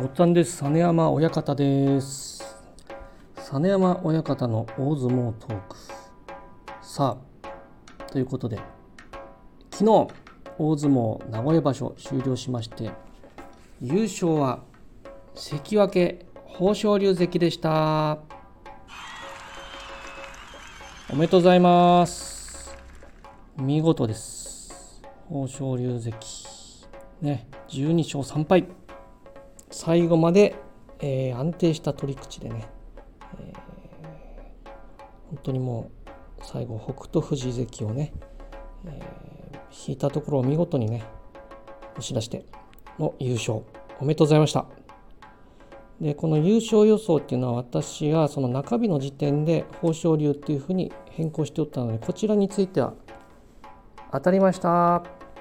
ごっつぁんです。実山親方です。実山親方の大相撲トーク。さあ、ということで昨日大相撲名古屋場所終了しまして、優勝は関脇豊昇龍関でした。おめでとうございます。見事です。豊昇龍関ね、12勝3敗、最後まで、安定した取り口でね、本当にもう最後北勝富士関をね、引いたところを見事にね押し出しての優勝、おめでとうございました。でこの優勝予想っていうのは、私がその中日の時点で豊昇龍っていうふうに変更しておったので、こちらについては当たりました。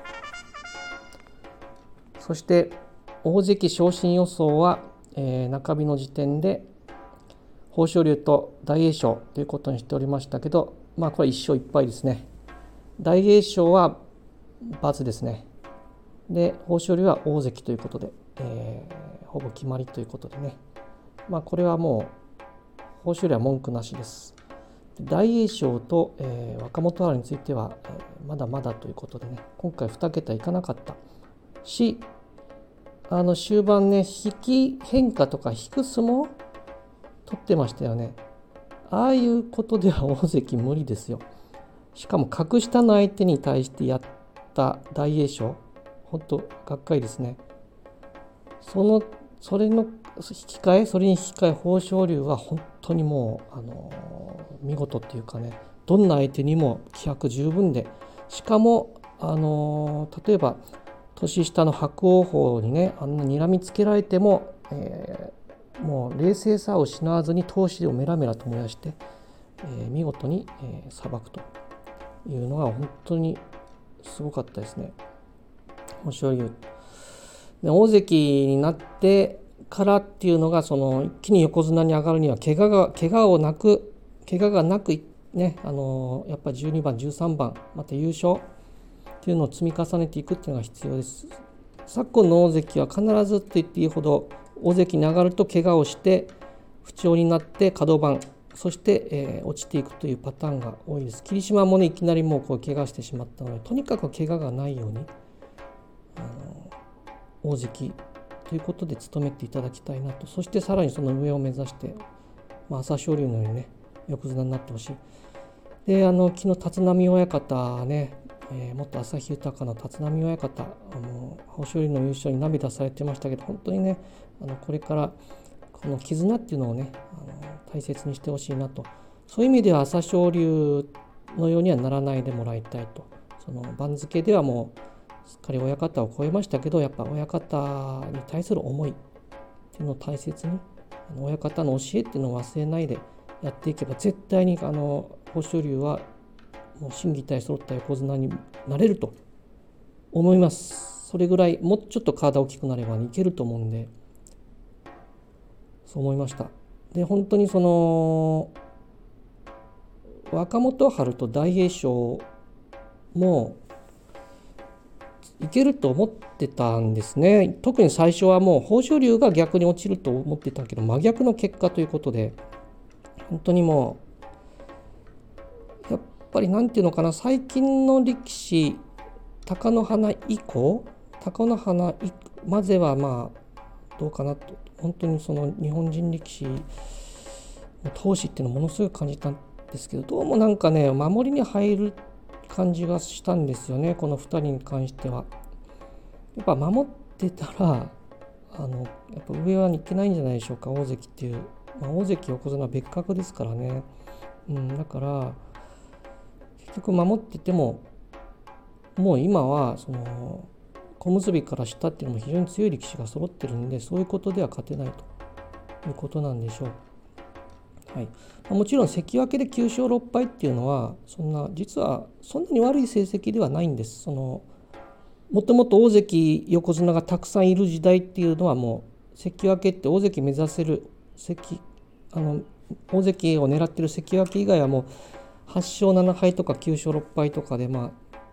そして大関昇進予想は、中日の時点で豊昇龍と大栄翔ということにしておりましたけど、これ1勝1敗ですね。大栄翔は×ですね。で豊昇龍は大関ということで、ほぼ決まりということでね、これはもう豊昇龍は文句なしです。大栄翔と、若元春については、まだまだということでね、今回2桁いかなかったし、終盤ね、引き変化とか引く相撲取ってましたよね。ああいうことでは大関無理ですよ。しかも格下の相手に対してやった大栄翔、本当がっかりですね。それに引き換え豊昇龍は本当にもう、見事っていうかね、どんな相手にも気迫十分で、しかも例えば年下の伯桜鵬にね、あんな睨みつけられても、もう冷静さを失わずに闘志をメラメラと燃やして、見事に、裁くというのが本当にすごかったですね。豊昇龍で大関になってからっていうのが、その一気に横綱に上がるには怪我がなくね、やっぱり12番13番また優勝っていうのを積み重ねていくっていうのが必要です。昨今の大関は必ずと言っていいほど、大関に上がると怪我をして不調になってカド番、そして、落ちていくというパターンが多いです。霧島もね、いきなりもう怪我してしまったので、とにかく怪我がないように大関ということで努めていただきたいなと。そしてさらにその上を目指して、朝青龍のようにね横綱になってほしい。で昨日立浪親方ね、元旭豊の立浪親方、豊昇龍の優勝に涙されてましたけど、本当にねこれからこの絆っていうのをね大切にしてほしいなと。そういう意味では朝青龍のようにはならないでもらいたいと。その番付ではもうすっかり親方を超えましたけど、やっぱ親方に対する思いっていうのを大切に、親方の教えっていうのを忘れないでやっていけば、絶対に豊昇龍はもう心技体揃った横綱になれると思います。それぐらい、もうちょっと体大きくなればいけると思うんで、そう思いました。で本当にその若元春と大栄翔もいけると思ってたんですね。特に最初はもう豊昇龍が逆に落ちると思ってたけど、真逆の結果ということで、本当にもうやっぱりなんていうのかな、最近の力士、貴乃花以降、貴乃花まではどうかなと、本当にその日本人力士の闘志っていうのをものすごく感じたんですけど、どうもなんかね守りに入る感じがしたんですよね。この2人に関してはやっぱ守ってたらやっぱ上はいけないんじゃないでしょうか。大関っていう、大関横綱は別格ですからね。だから結局守ってても、もう今はその小結から下っていうのも非常に強い力士が揃ってるんで、そういうことでは勝てないということなんでしょう。もちろん関脇で9勝6敗っていうのは実はそんなに悪い成績ではないんです。もともと大関横綱がたくさんいる時代っていうのは、もう関脇って大関目指せる大関を狙ってる関脇以外はもう8勝7敗とか9勝6敗とかで、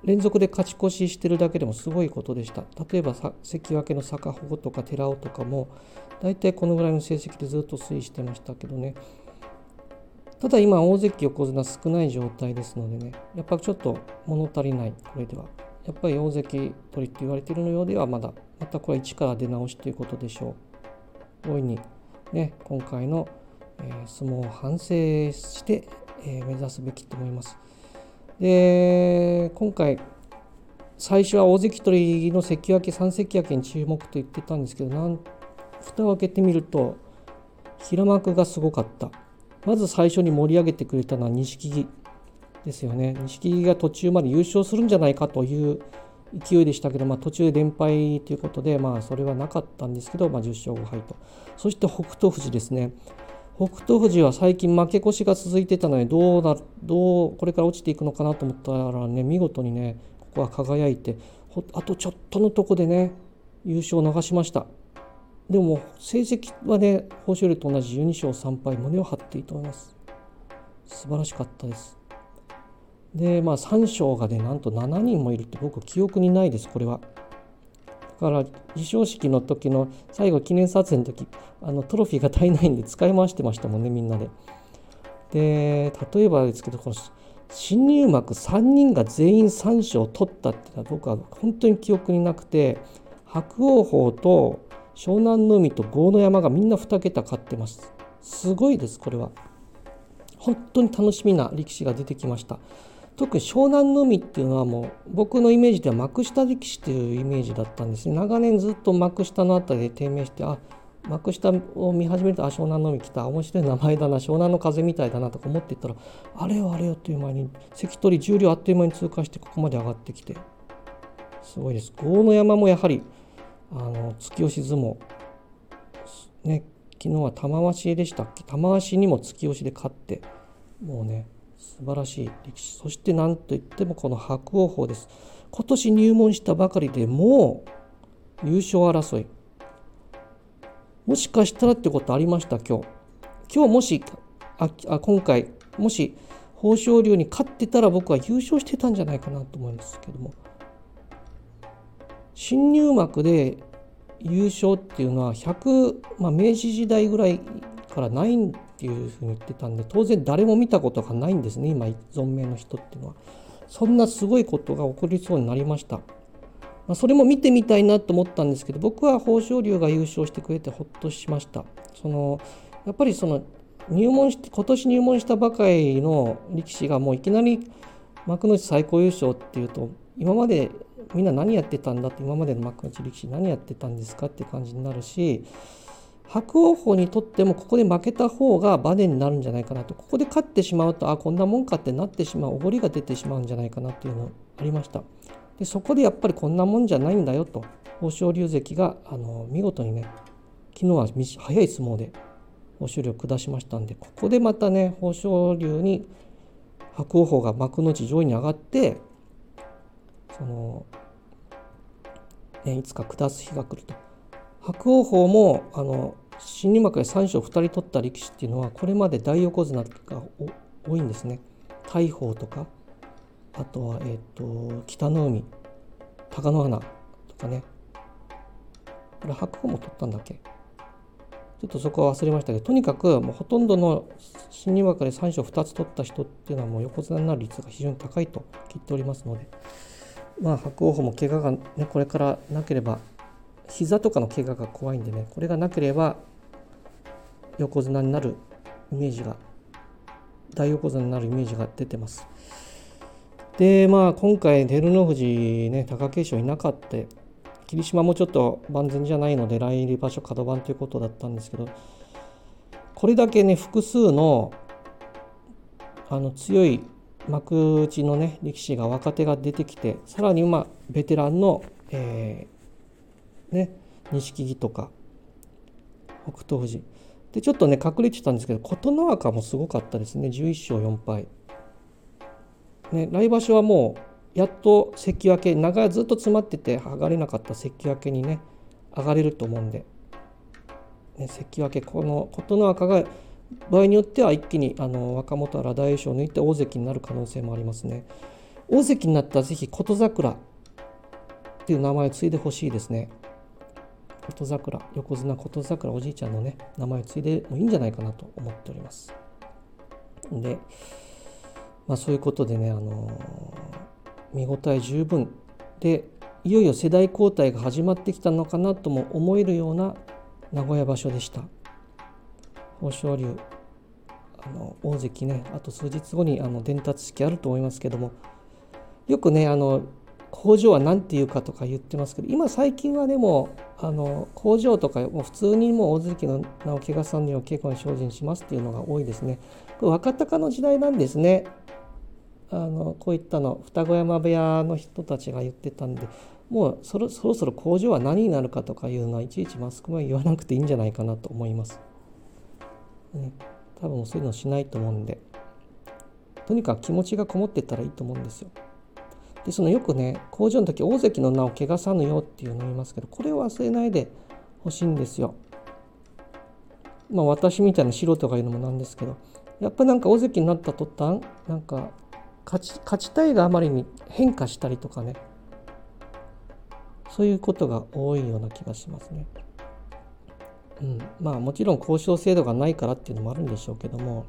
連続で勝ち越ししてるだけでもすごいことでした。例えば関脇の坂鉾とか寺尾とかもだいたいこのぐらいの成績でずっと推移してましたけどね。ただ今大関横綱少ない状態ですのでね、やっぱちょっと物足りない。これではやっぱり大関取りって言われているのようではまたこれは一から出直しということでしょう。大いにね、今回の、相撲を反省して、目指すべきと思います。で、今回最初は大関取りの関脇3関脇に注目と言ってたんですけど、蓋を開けてみると平幕がすごかった。まず最初に盛り上げてくれたのは錦木ですよね。錦木が途中まで優勝するんじゃないかという勢いでしたけど、途中で連敗ということで、それはなかったんですけど、10勝5敗と。そして北斗富士ですね。北斗富士は最近負け越しが続いてたのでどうこれから落ちていくのかなと思ったらね、見事にねここは輝いて、あとちょっとのとこでね優勝を逃しました。でも成績はね豊昇龍と同じ12勝3敗、胸を張っていいと思います。素晴らしかったです。で3勝がねなんと7人もいるって僕記憶にないです。これはだから授賞式の時の最後記念撮影の時トロフィーが足りないんで使い回してましたもんね、みんなで。で例えばですけど、この新入幕3人が全員3勝取ったっていうのは僕は本当に記憶になくて、伯桜鵬と湘南の海と豪ノ山がみんな2桁勝ってます。すごいです。これは本当に楽しみな力士が出てきました。特に湘南の海っていうのはもう僕のイメージでは幕下力士というイメージだったんですね。長年ずっと幕下のあたりで低迷して、幕下を見始めると湘南の海来た、面白い名前だな、湘南の風みたいだなとか思っていったら、あれよという間に関取十両あっという間に通過してここまで上がってきてすごいです。豪ノ山もやはり突き押し相撲ね、昨日は玉鷲でしたっけ、玉鷲にも突き押しで勝って、もうね素晴らしい力士。そして何といってもこの伯桜鵬です。今年入門したばかりでもう優勝争い、もしかしたらってことありました。今日もし今回もし豊昇龍に勝ってたら僕は優勝してたんじゃないかなと思うんですけども、新入幕で優勝っていうのは明治時代ぐらいからないっていうふうに言ってたんで、当然誰も見たことがないんですね、今存命の人っていうのは。そんなすごいことが起こりそうになりました。それも見てみたいなと思ったんですけど、僕は豊昇龍が優勝してくれてほっとしました。やっぱり今年入門したばかりの力士がもういきなり幕内最高優勝っていうと、今までみんな何やってたんだって、今までの幕内力士何やってたんですかって感じになるし、伯桜鵬にとってもここで負けた方がバネになるんじゃないかなと。ここで勝ってしまうとこんなもんかってなってしまう、おごりが出てしまうんじゃないかなっていうのがありました。でそこでやっぱりこんなもんじゃないんだよと、豊昇龍関が見事にね昨日は早い相撲で豊昇龍を下しましたんで、ここでまたね豊昇龍に伯桜鵬が幕内上位に上がって、いつか下す日が来ると。伯桜鵬も新入幕で3勝2人取った力士っていうのはこれまで大横綱が多いんですね。大鵬とか、あとは北の海、貴乃花とかね。これ白鵬も取ったんだっけ、ちょっとそこは忘れましたけど、とにかくもうほとんどの新入幕で3勝2つ取った人っていうのはもう横綱になる率が非常に高いと聞いておりますので、白鵬鵬も怪我がねこれからなければ、膝とかの怪我が怖いんでね、これがなければ横綱になるイメージが、大横綱になるイメージが出てます。で今回照ノ富士ね、貴景勝いなかった、霧島もちょっと万全じゃないので来場所カド番ということだったんですけど、これだけね複数の強い幕内のね力士が若手が出てきて、さらにベテランの錦木とか北斗富士でちょっとね隠れてたんですけど、琴ノ若もすごかったですね。11勝4敗ね。来場所はもうやっと関脇、長いずっと詰まってて上がれなかった関脇にね上がれると思うんで、関脇、この琴ノ若が場合によっては一気に若元原大栄翔を抜いて大関になる可能性もありますね。 大関になったらぜひ琴桜っていう名前を継いでほしいですね。琴桜、横綱琴桜、おじいちゃんのね名前を継いでもいいんじゃないかなと思っております。で、そういうことでね、見応え十分で、いよいよ世代交代が始まってきたのかなとも思えるような名古屋場所でした。豊昇龍、大関ね、あと数日後に伝達式あると思いますけども、よくね工場は何て言うかとか言ってますけど、今最近はでも工場とかもう普通にもう大関の名を汚さんには稽古に精進しますっていうのが多いですね。これ若隆の時代なんですね。こういったの二子山部屋の人たちが言ってたんで、もうそろそろ工場は何になるかとかいうのはいちいちマスコミは言わなくていいんじゃないかなと思います、ね、多分そういうのしないと思うんで、とにかく気持ちがこもってったらいいと思うんですよ。でよくね工場の時大関の名を汚さぬよっていうのを言いますけど、これを忘れないでほしいんですよ。私みたいな素人が言うのもなんですけど、やっぱなんか大関になった途端なんか勝ちたいがあまりに変化したりとかね、そういうことが多いような気がしますね。もちろん交渉制度がないからっていうのもあるんでしょうけども、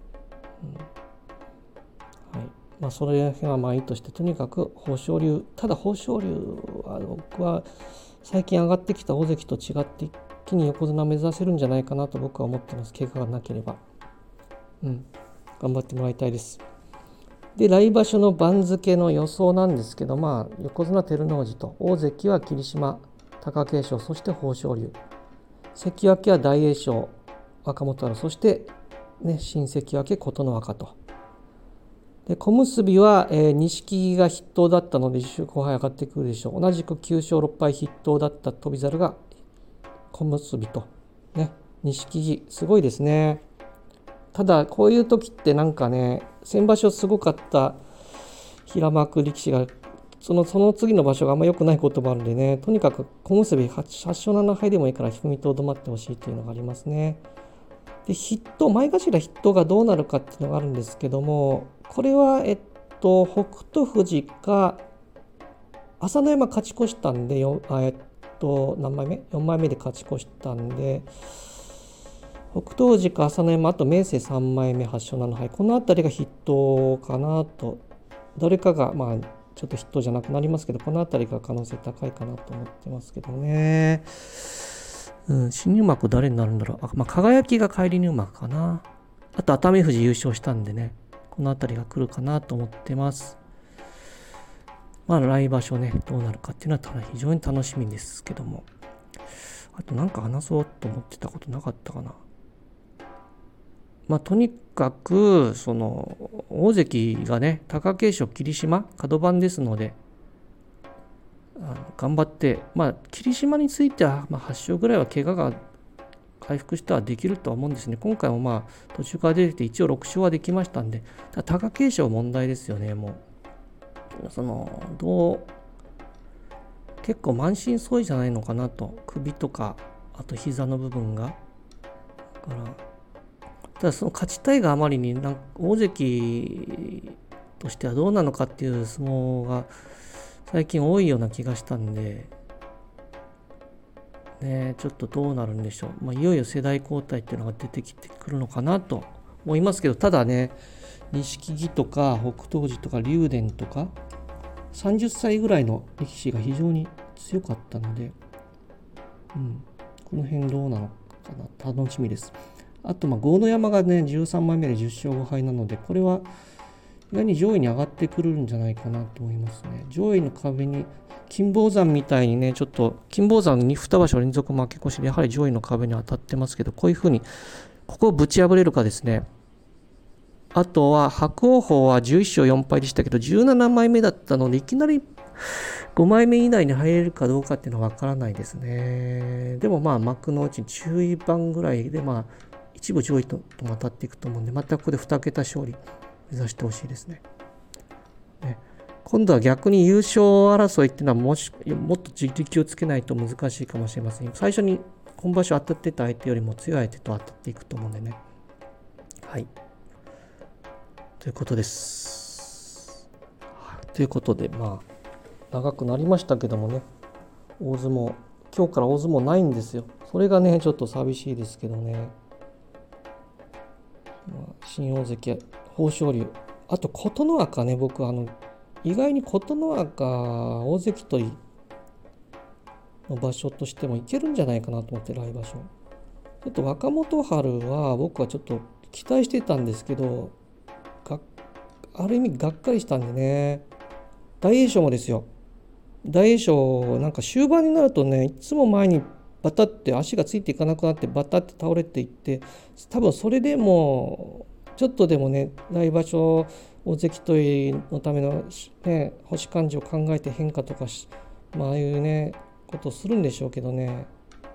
それはいいとして、とにかく豊昇龍、ただ豊昇龍は僕は最近上がってきた大関と違って一気に横綱を目指せるんじゃないかなと僕は思ってます。怪我がなければ、頑張ってもらいたいです。で、来場所の番付の予想なんですけど、横綱照ノ富士と、大関は霧島、貴景勝、そして豊昇龍、関脇は大栄翔、若元春、そして、新関脇琴ノ若と。で、小結は錦木が筆頭だったので10勝5敗上がってくるでしょう。同じく9勝6敗筆頭だった翔猿が小結とね、錦木すごいですね。ただこういう時ってなんかね、先場所すごかった平幕力士がその次の場所があんま良くないこともあるんでね、とにかく小結 8勝7敗でもいいから踏みとどまってほしいというのがありますね。で、前頭筆頭がどうなるかっていうのがあるんですけども、これは北勝富士か朝乃山勝ち越したんで何枚目 ?4 枚目で勝ち越したんで、北勝富士か朝乃山、あと明生3枚目8勝7敗、この辺りが筆頭かなと。誰かがちょっと筆頭じゃなくなりますけど、この辺りが可能性高いかなと思ってますけどね。新入幕誰になるんだろう。輝が返り入幕かな。あと熱海富士優勝したんでね、この辺りが来るかなと思ってます。来場所ねどうなるかっていうのは非常に楽しみですけども、あとなんか話そうと思ってたことなかったかな。とにかくその大関がね、貴景勝、霧島角番ですので、頑張って、霧島については8勝ぐらいは怪我が回復したらできるとは思うんですね。今回も途中から出てきて一応6勝はできましたんで、貴景勝問題ですよね。もう結構満身創痍じゃないのかなと、首とかあと膝の部分が。だからただその勝ちたいがあまりに大関としてはどうなのかっていう相撲が最近多いような気がしたんで、ちょっとどうなるんでしょう。いよいよ世代交代っていうのが出てきてくるのかなと思いますけど、ただね、錦木とか北勝富士とか竜電とか30歳ぐらいの力士が非常に強かったので、この辺どうなのかな、楽しみです。あと豪ノ山がね13枚目で10勝5敗なので、これは意外に上位に上がってくるんじゃないかなと思いますね。上位の壁に金峰山みたいにね、ちょっと金峰山に2場所連続負け越しでやはり上位の壁に当たってますけど、こういうふうにここをぶち破れるかですね。あとは伯桜鵬は11勝4敗でしたけど17枚目だったので、いきなり5枚目以内に入れるかどうかっていうのは分からないですね。でも幕の内中位番ぐらいで一部上位と当たっていくと思うんで、またここで2桁勝利目指してほしいですね。今度は逆に優勝争いっていうのはもっと自力をつけないと難しいかもしれません。最初に今場所当たってた相手よりも強い相手と当たっていくと思うんでね。はい。ということです。 ということで長くなりましたけどもね、大相撲今日から大相撲ないんですよ。それがねちょっと寂しいですけどね。新大関、豊昇龍、あと琴ノ若ね、僕意外に琴ノ若大関取りの場所としてもいけるんじゃないかなと思って、来場所ちょっと若元春は僕はちょっと期待してたんですけど、ある意味がっかりしたんでね。大栄翔もですよ。大栄翔なんか終盤になるとね、いつも前にバタって足がついていかなくなってバタって倒れていって、多分それでもちょっとでもね、来場所大関取りのための、ね、星漢字を考えて変化とかああいうねことをするんでしょうけどね、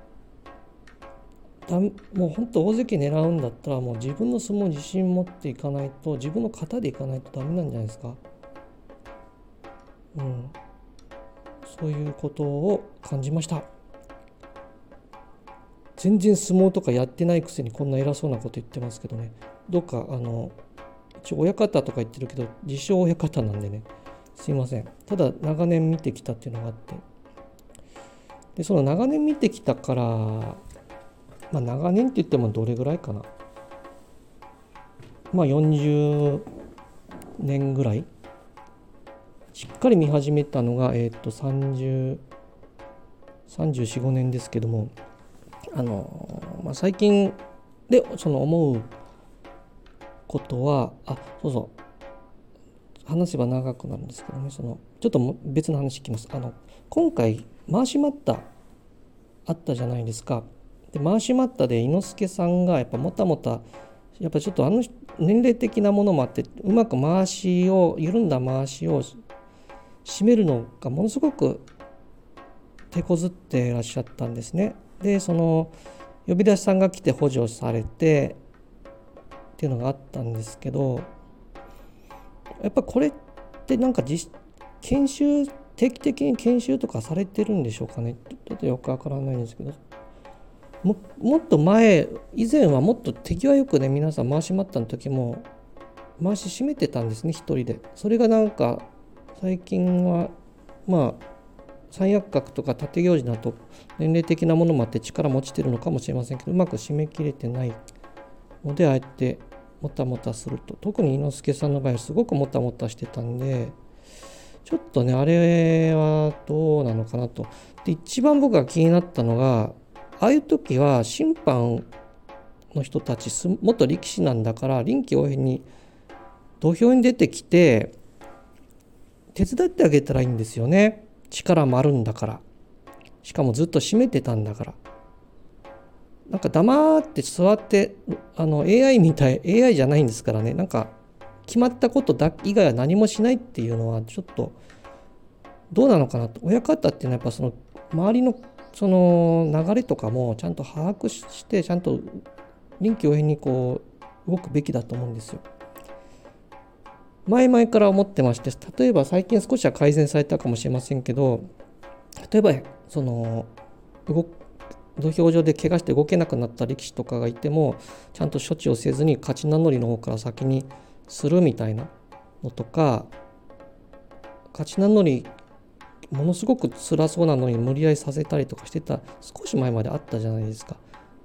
もう本当大関狙うんだったらもう自分の相撲に自信持っていかないと、自分の型でいかないとダメなんじゃないですか。そういうことを感じました。全然相撲とかやってないくせにこんな偉そうなこと言ってますけどね、どっか一応親方とか言ってるけど自称親方なんでね、すいません。ただ長年見てきたっていうのがあって、でその長年見てきたから、長年って言ってもどれぐらいかな、40年ぐらいしっかり見始めたのが34、5年ですけども、最近で思うことは、話せば長くなるんですけどね、ちょっと別の話いきます。今回回し待ったあったじゃないですか。で回し待ったで猪之助さんがやっぱもたもた、やっぱちょっと年齢的なものもあって、うまく緩んだ回しを締めるのがものすごく手こずっていらっしゃったんですね。で呼び出しさんが来て補助されてっていうのがあったんですけど、やっぱこれってなんか定期的に研修とかされてるんでしょうかね。ちょっとよくわからないんですけど、もっと以前はもっと手際よくね、皆さん回し待ったの時も回し締めてたんですね、一人で。それがなんか最近は三役格とか縦行司だと年齢的なものもあって力も落ちてるのかもしれませんけど、うまく締め切れてないので、あえてもたもたすると、特に猪之助さんの場合はすごくもたもたしてたんで、ちょっとねあれはどうなのかなと。で一番僕が気になったのが、ああいう時は審判の人たち元力士なんだから、臨機応変に土俵に出てきて手伝ってあげたらいいんですよね。力もあるんだから、しかもずっと締めてたんだから。なんか黙って座って、AI じゃないんですからね、なんか決まったこと以外は何もしないっていうのはちょっとどうなのかなと。親方っていうのはやっぱ周りの流れとかもちゃんと把握して、ちゃんと臨機応変に動くべきだと思うんですよ。前々から思ってまして、例えば最近少しは改善されたかもしれませんけど、例えば土俵上で怪我して動けなくなった力士とかがいても、ちゃんと処置をせずに勝ち名乗りの方から先にするみたいなのとか、勝ち名乗りものすごく辛そうなのに無理やりさせたりとかしてた、少し前まであったじゃないですか。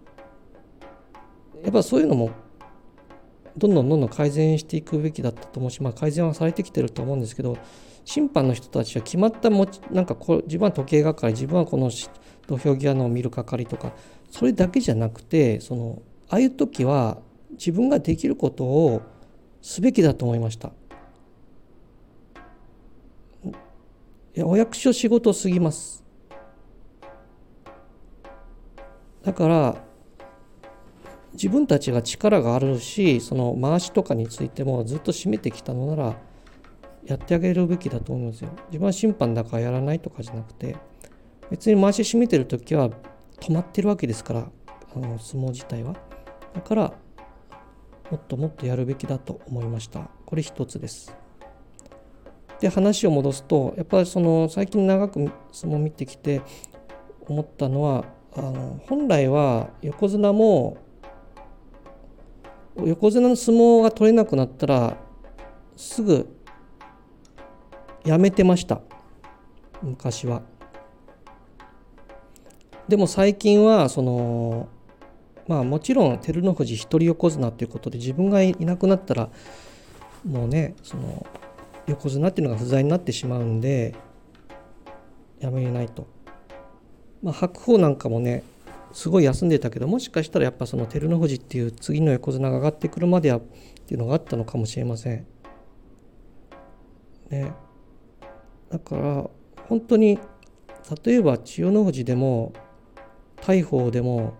やっぱそういうのもどんどん改善していくべきだったと思うし、改善はされてきてると思うんですけど、審判の人たちは決まったなんか自分は時計係、自分はこの土俵際の見る係とか、それだけじゃなくて、ああいう時は自分ができることをすべきだと思いました。お役所仕事すぎます。だから自分たちが力があるし、回しとかについてもずっと締めてきたのならやってあげるべきだと思うんですよ。自分は審判だからやらないとかじゃなくて、別に回し締めてる時は止まってるわけですから、相撲自体は。だからもっともっとやるべきだと思いました。これ一つです。で話を戻すと、やっぱり最近長く相撲を見てきて思ったのは、本来は横綱の相撲が取れなくなったらすぐやめてました、昔は。でも最近はもちろん照ノ富士一人横綱ということで、自分がいなくなったらもうね、横綱っていうのが不在になってしまうんでやめれないと。白鵬なんかもねすごい休んでたけど、もしかしたらやっぱ照ノ富士っていう次の横綱が上がってくるまではっていうのがあったのかもしれませんね。だから本当に例えば千代の富士でも大鵬でも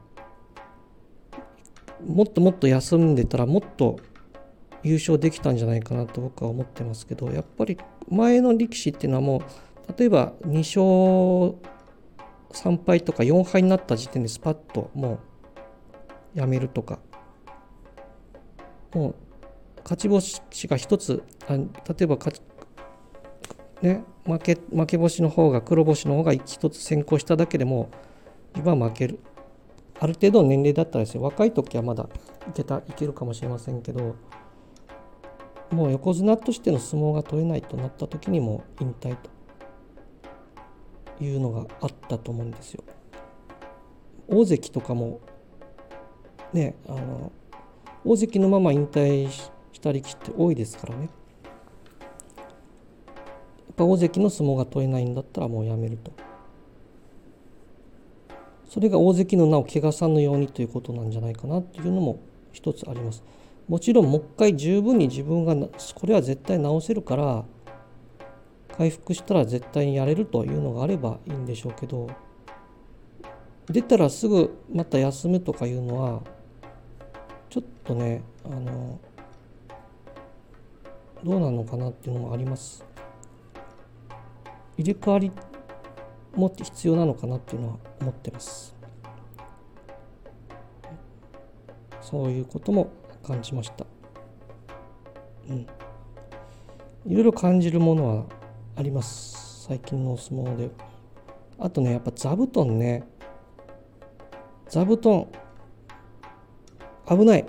もっともっと休んでたらもっと優勝できたんじゃないかなと僕は思ってますけど、やっぱり前の力士っていうのはもう例えば2勝3敗とか4敗になった時点でスパッともうやめるとか、もう勝ち星が一つ例えば負け星の方が黒星の方が一つ先行しただけでも自分は負ける。ある程度の年齢だったらですよ、若い時はまだいけるかもしれませんけど、もう横綱としての相撲が取れないとなった時にも引退というのがあったと思うんですよ。大関とかもね、大関のまま引退した力士って多いですからね。やっぱ大関の相撲が取れないんだったらもうやめると。それが大関の名を汚さぬようにということなんじゃないかなっていうのも一つあります。もちろんもう一回十分に自分がこれは絶対治せるから回復したら絶対にやれるというのがあればいいんでしょうけど、出たらすぐまた休むとかいうのはちょっとねどうなのかなっていうのもあります。入れ替わりも必要なのかなっていうのは思ってます。そういうことも感じました。いろいろ感じるものはあります、最近のお相撲で。あとね、やっぱ座布団ね、座布団危ない。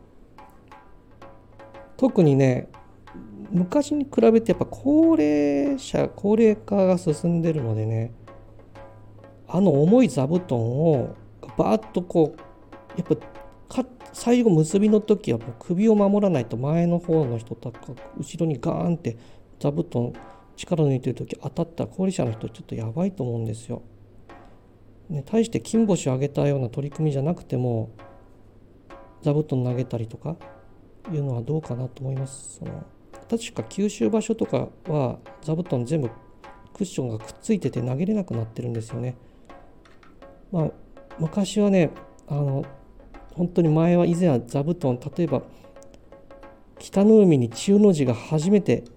特にね、昔に比べてやっぱ高齢化が進んでるのでね、重い座布団をバーッとやっぱ最後結びの時はもう首を守らないと、前の方の人とか後ろにガーンって座布団力抜いてる時当たったら高齢者の人ちょっとやばいと思うんですよ、ね。対して金星を上げたような取り組みじゃなくても座布団投げたりとかいうのはどうかなと思います。確か九州場所とかは座布団全部クッションがくっついてて投げれなくなってるんですよね。昔はね本当に以前は座布団、例えば北の海に千代の字が初めて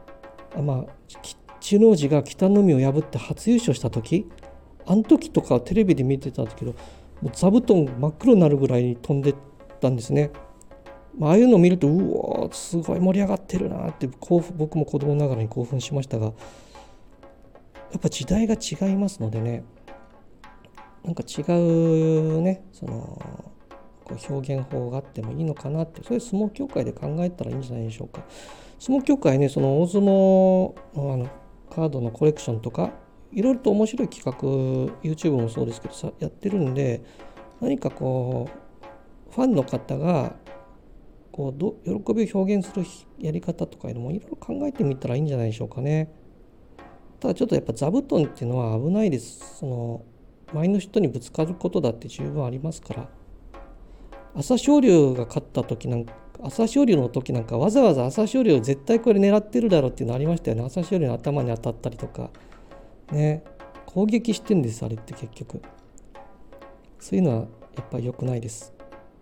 千代の字が北の海を破って初優勝した時、あの時とかテレビで見てたんですけど、もう座布団真っ黒になるぐらいに飛んでったんですね。ああいうのを見るとうわすごい盛り上がってるなって僕も子供ながらに興奮しましたが、やっぱ時代が違いますのでね、なんか違うね表現法があってもいいのかなって、それ相撲協会で考えたらいいんじゃないでしょうか。相撲協会ね、大相撲のカードのコレクションとかいろいろと面白い企画 YouTube もそうですけどやってるんで、何かファンの方が喜びを表現するやり方とかいうのもいろいろ考えてみたらいいんじゃないでしょうかね。ただちょっとやっぱ座布団っていうのは危ないです。前の人にぶつかることだって十分ありますから。朝青龍が勝った時朝青龍の時なんかわざわざ朝青龍を絶対これ狙ってるだろうっていうのありましたよね。朝青龍の頭に当たったりとかね、攻撃してんです、あれって結局。そういうのはやっぱり良くないです。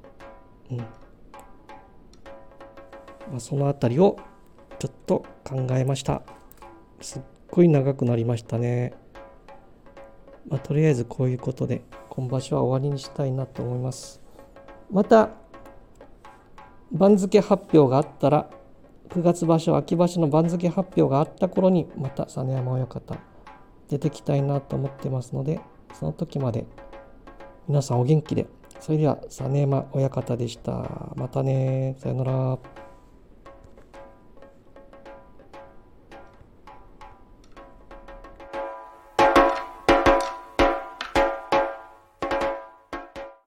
そのあたりをちょっと考えました。すっごい長くなりましたね。とりあえずこういうことで今場所は終わりにしたいなと思います。また番付発表があったら、9月場所秋場所の番付発表があった頃にまた実山親方出てきたいなと思ってますので、その時まで皆さんお元気で。それでは実山親方でした。またね、さよなら。